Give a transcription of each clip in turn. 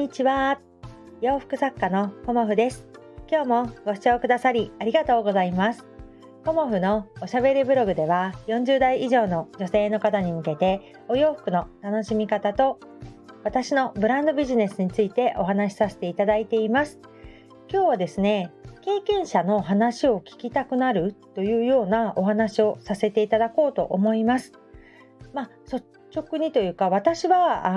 にちは。洋服作家のコモフです。今日もご視聴くださりありがとうございます。コモフのおしゃべりブログでは40代以上の女性の方に向けてお洋服の楽しみ方と私のブランドビジネスについてお話しさせていただいています。今日はですね、経験者の話を聞きたくなるというようなお話をさせていただこうと思います。率直にというか、私は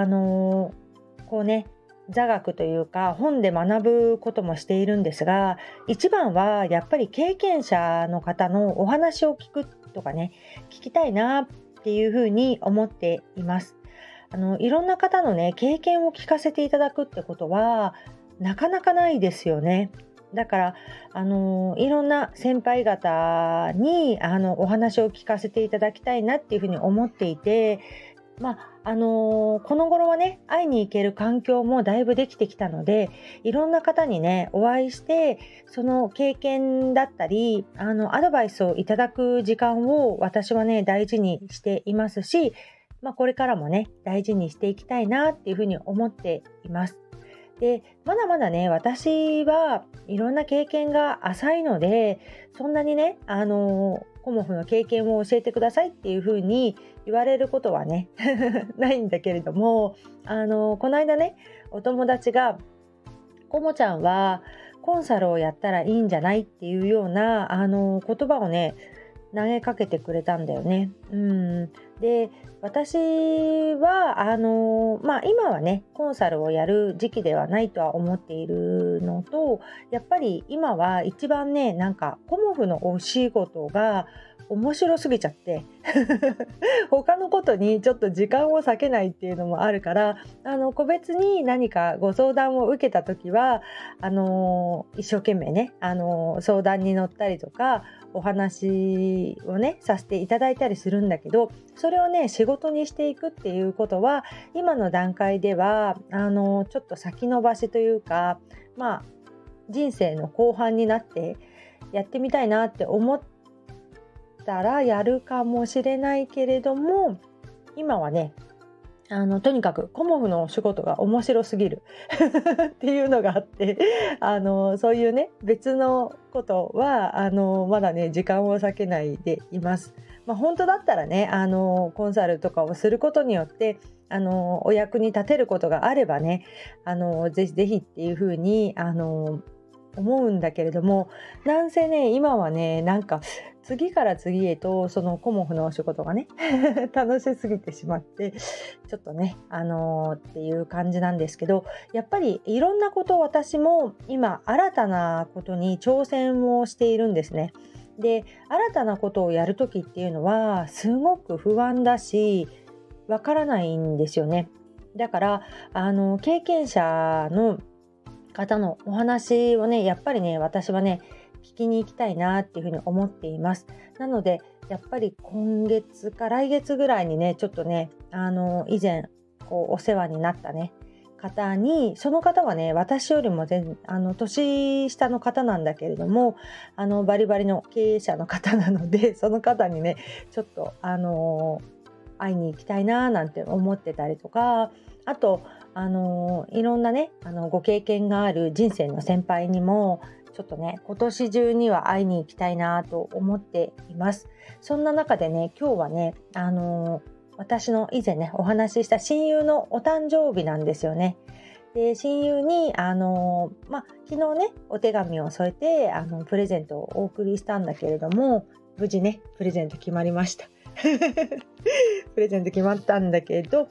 座学というか本で学ぶこともしているんですが、一番はやっぱり経験者の方のお話を聞くとかね、聞きたいなっていうふうに思っています。いろんな方のね、経験を聞かせていただくってことはなかなかないですよね。だからいろんな先輩方にお話を聞かせていただきたいなっていうふうに思っていて、この頃はね、会いに行ける環境もだいぶできてきたので、いろんな方にね、お会いして、その経験だったり、アドバイスをいただく時間を私はね、大事にしていますし、これからもね、大事にしていきたいなっていうふうに思っています。で、まだまだね、私はいろんな経験が浅いので、そんなにね、コモフの経験を教えてくださいっていうふうに言われることはねないんだけれども、この間ね、お友達がコモちゃんはコンサルをやったらいいんじゃないっていうような言葉をね、投げかけてくれたんだよね。で、私は今はね、コンサルをやる時期ではないとは思っているのと、やっぱり今は一番ね、コモフのお仕事が面白すぎちゃって他のことにちょっと時間を割けないっていうのもあるから、個別に何かご相談を受けた時は一生懸命ね、相談に乗ったりとかお話をねさせていただいたりするんだけど、それをね仕事にしていくっていうことは今の段階ではちょっと先延ばしというか、人生の後半になってやってみたいなって思ったらやるかもしれないけれども、今はねとにかくコモフのお仕事が面白すぎるっていうのがあってそういうね別のことはまだね時間を割けないでいます。本当だったらねコンサルとかをすることによってお役に立てることがあればねぜひぜひっていうふうに思うんだけれども、なんせね今はね次から次へとそのコモフのお仕事がね楽しすぎてしまってちょっとねっていう感じなんですけど、やっぱりいろんなことを私も今新たなことに挑戦をしているんですね。で、新たなことをやるときっていうのはすごく不安だしわからないんですよね。だから経験者の方のお話をねやっぱりね私はね聞きに行きたいなっていうふうに思っています。なのでやっぱり今月か来月ぐらいにねちょっとね以前お世話になったね方に、その方はね私よりも年下の方なんだけれどもバリバリの経営者の方なので、その方にねちょっと会いに行きたいななんて思ってたりとか、あといろんなねご経験がある人生の先輩にもちょっとね今年中には会いに行きたいなと思っています。そんな中でね今日はね私の以前ねお話しした親友のお誕生日なんですよね。で、親友に昨日ねお手紙を添えてプレゼントをお送りしたんだけれども、無事ねプレゼント決まりましたプレゼント決まったんだけど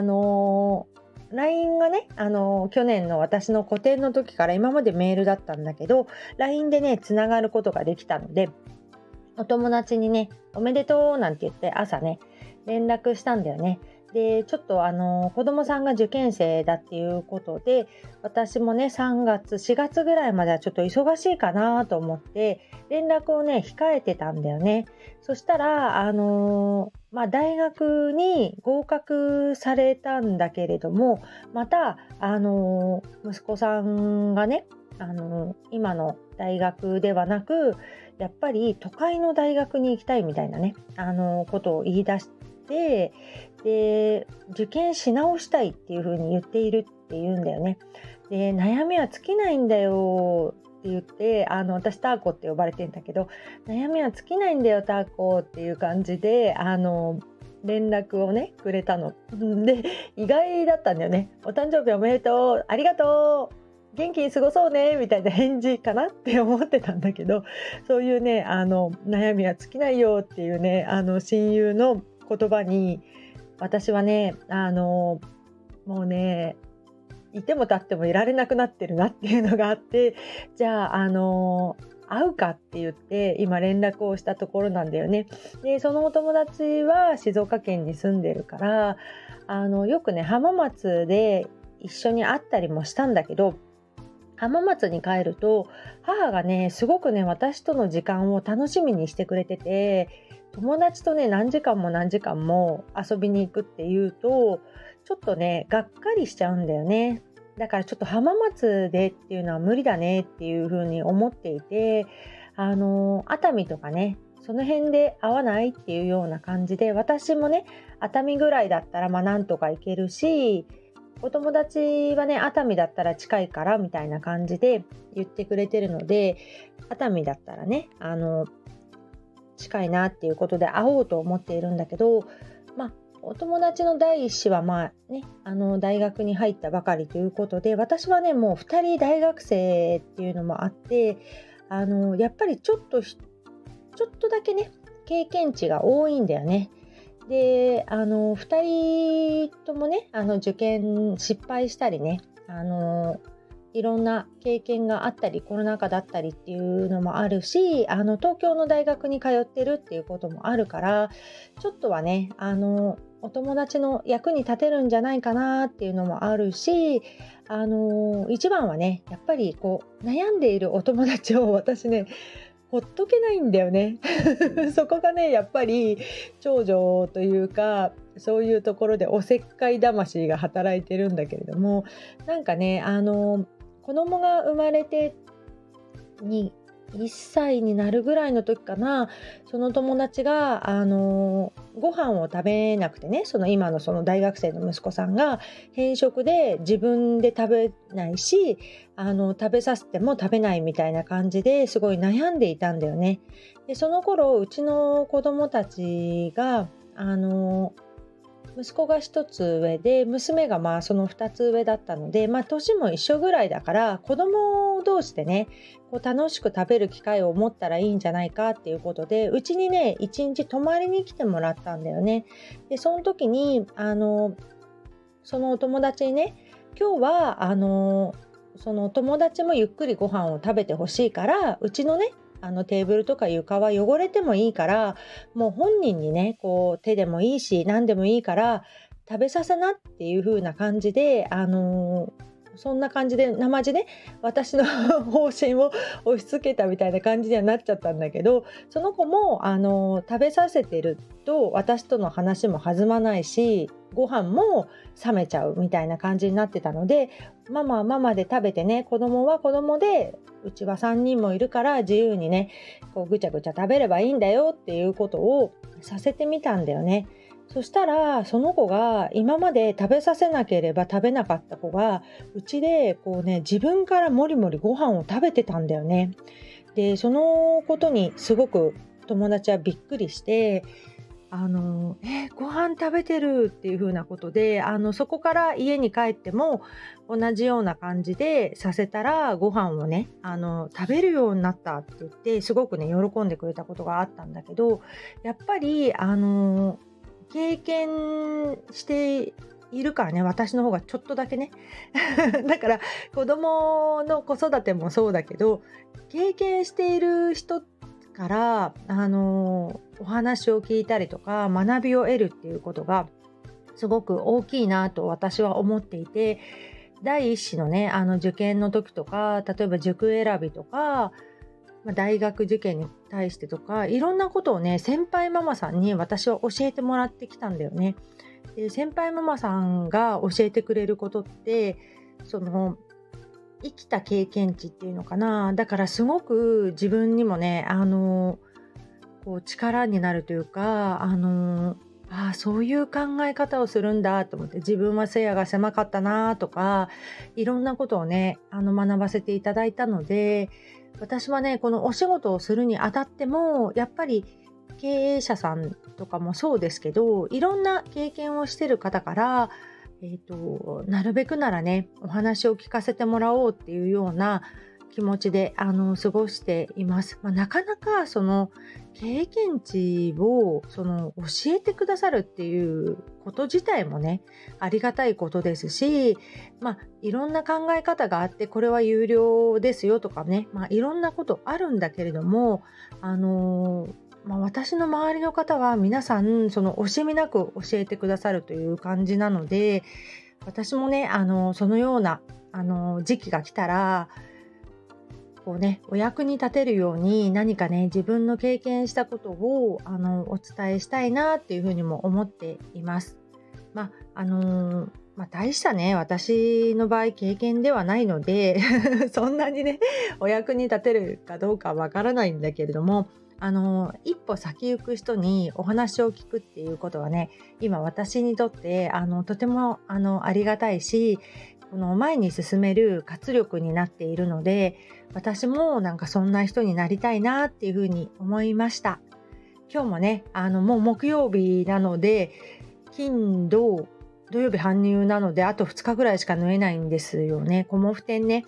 LINE がね、去年の私の個展の時から今までメールだったんだけど、LINE でね、つながることができたので、お友達にね、おめでとうなんて言って朝ね、連絡したんだよね。で、ちょっと子供さんが受験生だっていうことで、私もね、3月、4月ぐらいまではちょっと忙しいかなと思って、連絡をね、控えてたんだよね。そしたら、大学に合格されたんだけれども、また、息子さんがね、今の大学ではなく、やっぱり都会の大学に行きたいみたいなね、ことを言い出して、で受験し直したいっていう風に言っているっていうんだよね。で悩みは尽きないんだよって言って、私ターコって呼ばれてんだけど、悩みは尽きないんだよターコっていう感じで連絡をねくれたので、意外だったんだよね。お誕生日おめでとう、ありがとう、元気に過ごそうねみたいな返事かなって思ってたんだけど、そういうね悩みは尽きないよっていうね親友の言葉に、私はねもうねいても立ってもいられなくなってるなっていうのがあって、じゃあ会うかって言って今連絡をしたところなんだよね。でそのお友達は静岡県に住んでるから、よくね浜松で一緒に会ったりもしたんだけど、浜松に帰ると母がねすごくね私との時間を楽しみにしてくれてて、友達とね何時間も何時間も遊びに行くっていうとちょっとねがっかりしちゃうんだよね。だからちょっと浜松でっていうのは無理だねっていうふうに思っていて、熱海とかねその辺で会わないっていうような感じで、私もね熱海ぐらいだったらなんとか行けるし、お友達はね熱海だったら近いからみたいな感じで言ってくれてるので、熱海だったらね近いなっていうことで会おうと思っているんだけど、お友達の第一子は大学に入ったばかりということで、私はねもう2人大学生っていうのもあって、やっぱりちょっとだけね経験値が多いんだよね。で2人ともね受験失敗したりねいろんな経験があったりコロナ禍だったりっていうのもあるし、東京の大学に通ってるっていうこともあるから、ちょっとはねお友達の役に立てるんじゃないかなっていうのもあるし、一番はねやっぱり悩んでいるお友達を私ねほっとけないんだよねそこがねやっぱり長女というか、そういうところでおせっかい魂が働いてるんだけれども、なんかね子供が生まれて1歳になるぐらいの時かな、その友達がご飯を食べなくてね、今のその大学生の息子さんが偏食で自分で食べないし食べさせても食べないみたいな感じですごい悩んでいたんだよね。でその頃うちの子供たちが息子が1つ上で娘がその2つ上だったので、年も一緒ぐらいだから子供同士でね楽しく食べる機会を持ったらいいんじゃないかっていうことで、うちにね1日泊まりに来てもらったんだよね。でその時にそのお友達にね、今日はその友達もゆっくりご飯を食べてほしいから、うちのねテーブルとか床は汚れてもいいから、もう本人にね手でもいいし何でもいいから食べさせなっていう風な感じでそんな感じで生地ね私の方針を押し付けたみたいな感じにはなっちゃったんだけど、その子も食べさせてると私との話も弾まないしご飯も冷めちゃうみたいな感じになってたので、ママはママで食べてね、子供は子供で、うちは3人もいるから自由にねぐちゃぐちゃ食べればいいんだよっていうことをさせてみたんだよね。そしたらその子が今まで食べさせなければ食べなかった子がうちで自分からもりもりご飯を食べてたんだよね。でそのことにすごく友達はびっくりして、ご飯食べてるっていう風なことでそこから家に帰っても同じような感じでさせたらご飯をね食べるようになったって言ってすごくね喜んでくれたことがあったんだけど、やっぱり経験しているからね、私の方がちょっとだけねだから子供の子育てもそうだけど、経験している人からお話を聞いたりとか学びを得るっていうことがすごく大きいなと私は思っていて、第一子のね受験の時とか、例えば塾選びとか、大学受験に対してとかいろんなことをね先輩ママさんに私は教えてもらってきたんだよね。で先輩ママさんが教えてくれることって生きた経験値っていうのかな、だからすごく自分にもね力になるというかそういう考え方をするんだと思って、自分は視野が狭かったなとか、いろんなことをね、学ばせていただいたので、私はね、このお仕事をするにあたっても、やっぱり経営者さんとかもそうですけど、いろんな経験をしてる方から、なるべくならね、お話を聞かせてもらおうっていうような気持ちで過ごしています。なかなかその経験値を教えてくださるっていうこと自体もね、ありがたいことですし、いろんな考え方があって、これは有料ですよとかね、いろんなことあるんだけれども、私の周りの方は皆さんその惜しみなく教えてくださるという感じなので、私もねそのような時期が来たらこうね、お役に立てるように何かね、自分の経験したことをお伝えしたいなっていうふうにも思っています。大したね、私の場合経験ではないのでそんなにね、お役に立てるかどうかわからないんだけれども、一歩先行く人にお話を聞くっていうことはね、今私にとってとてもありがたいし、この前に進める活力になっているので、私もなんかそんな人になりたいなっていうふうに思いました。今日もね、もう木曜日なので、土曜日搬入なので、あと2日ぐらいしか縫えないんですよね。コモフ展ね、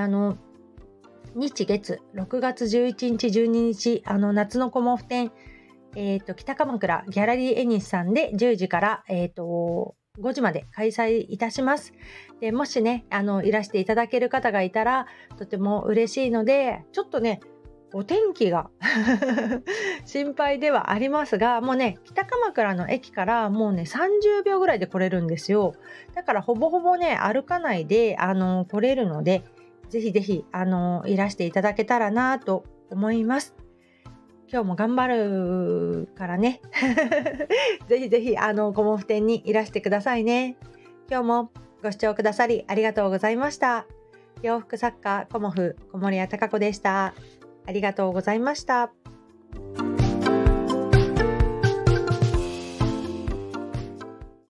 日月、6月11日、12日、夏のコモフ展、北鎌倉ギャラリーエニスさんで10時から、5時まで開催いたします。でもしね、いらしていただける方がいたら、とても嬉しいので、ちょっとね、お天気が心配ではありますが、もうね、北鎌倉の駅からもうね、30秒ぐらいで来れるんですよ。だからほぼほぼね、歩かないで、来れるので、ぜひぜひ、いらしていただけたらなと思います。今日も頑張るからね。ぜひぜひ、コモフ展にいらしてくださいね。今日もご視聴くださりありがとうございました。洋服作家コモフ小森屋貴子でした。ありがとうございました。